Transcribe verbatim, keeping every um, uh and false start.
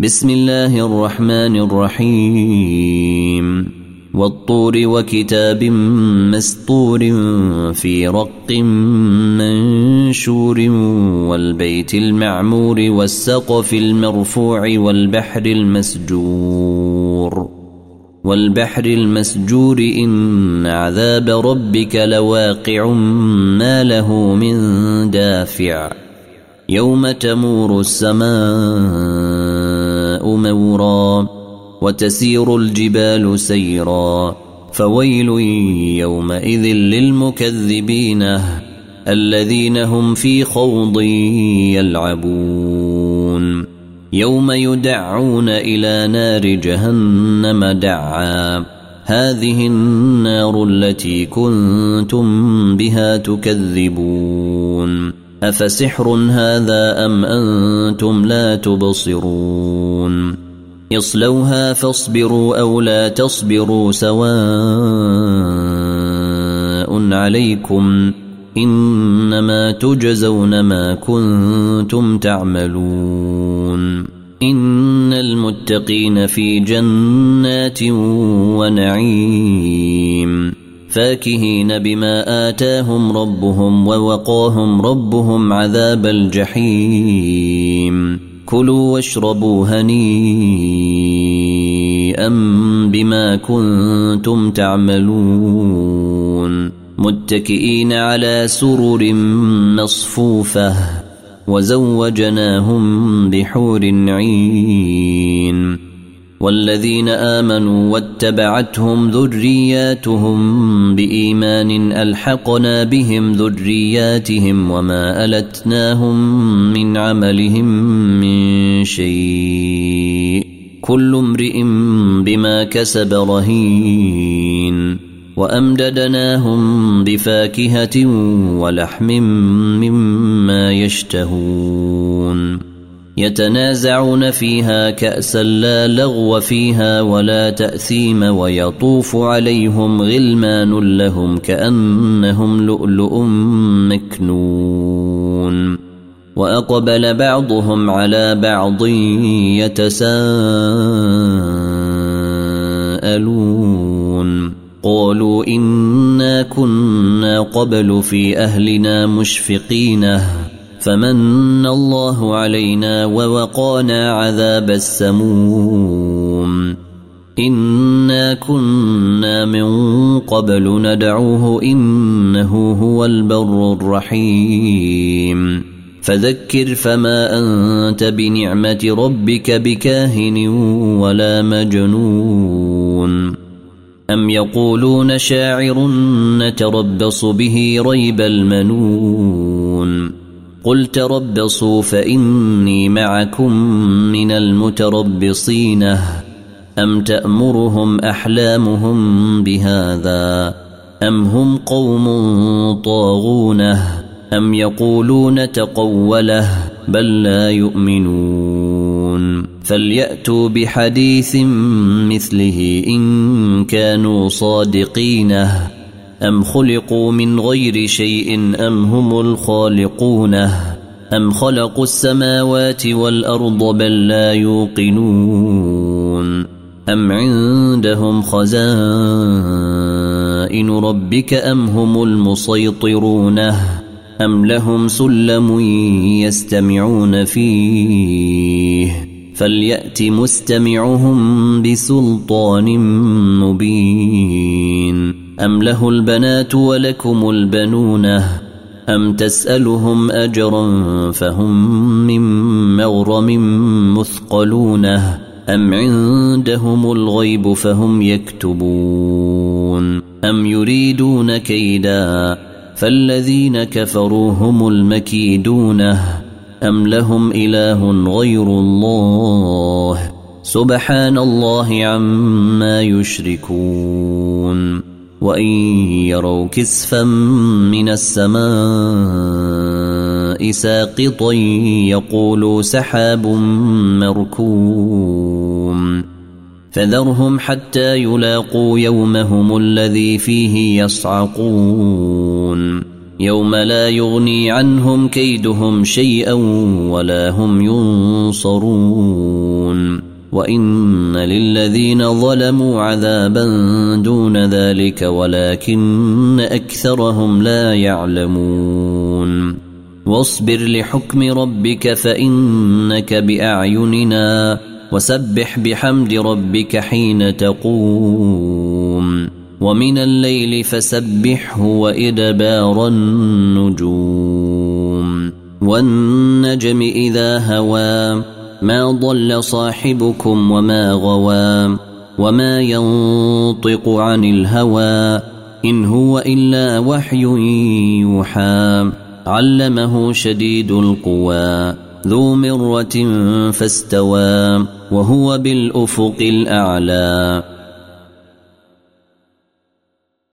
بسم الله الرحمن الرحيم والطور وكتاب مسطور في رق منشور والبيت المعمور والسقف المرفوع والبحر المسجور والبحر المسجور إن عذاب ربك لواقع ما له من دافع يوم تمور السماء مورا وتسير الجبال سيرا فويل يومئذ للمكذبين الذين هم في خوض يلعبون يوم يدعون إلى نار جهنم دعا هذه النار التي كنتم بها تكذبون أفسحر هذا أم أنتم لا تبصرون اصلوها فاصبروا أو لا تصبروا سواء عليكم إنما تجزون ما كنتم تعملون إن المتقين في جنات ونعيم فاكهين بما آتاهم ربهم ووقاهم ربهم عذاب الجحيم كلوا واشربوا هنيئا بما كنتم تعملون متكئين على سرر مصفوفة وزوجناهم بحور عين والذين آمنوا واتبعتهم ذرياتهم بإيمان ألحقنا بهم ذرياتهم وما ألتناهم من عملهم من شيء كل امرئ بما كسب رهين وأمددناهم بفاكهة ولحم مما يشتهون يتنازعون فيها كأسا لا لغو فيها ولا تأثيم ويطوف عليهم غلمان لهم كأنهم لؤلؤ مكنون وأقبل بعضهم على بعض يتساءلون قالوا إنا كنا قبل في أهلنا مشفقين فمن الله علينا ووقانا عذاب السموم إنا كنا من قبل ندعوه إنه هو البر الرحيم فذكر فما أنت بنعمة ربك بكاهن ولا مجنون أم يقولون شاعر نتربص به ريب المنون قل تربصوا فإني معكم من المتربصين أم تأمرهم أحلامهم بهذا أم هم قوم طاغون أم يقولون تقوله بل لا يؤمنون فليأتوا بحديث مثله إن كانوا صادقين أم خلقوا من غير شيء أم هم الخالقون أم خلقوا السماوات والأرض بل لا يوقنون أم عندهم خزائن ربك أم هم المسيطرون أم لهم سلم يستمعون فيه فليأت مستمعهم بسلطان مبين أم له البنات ولكم البنون أم تسألهم أجرا فهم من مغرم مثقلون أم عندهم الغيب فهم يكتبون أم يريدون كيدا فالذين كفروا هم المكيدون أم لهم إله غير الله سبحان الله عما يشركون وإن يروا كسفا من السماء ساقطا يقولوا سحاب مركوم فذرهم حتى يلاقوا يومهم الذي فيه يصعقون يوم لا يغني عنهم كيدهم شيئا ولا هم ينصرون وإن للذين ظلموا عذابا دون ذلك ولكن أكثرهم لا يعلمون واصبر لحكم ربك فإنك بأعيننا وسبح بحمد ربك حين تقوم ومن الليل فسبحه وإدبار النجوم والنجم إذا هوى ما ضل صاحبكم وما غوى وما ينطق عن الهوى إن هو إلا وحي يوحى علمه شديد القوى ذو مرة فاستوى وهو بالأفق الأعلى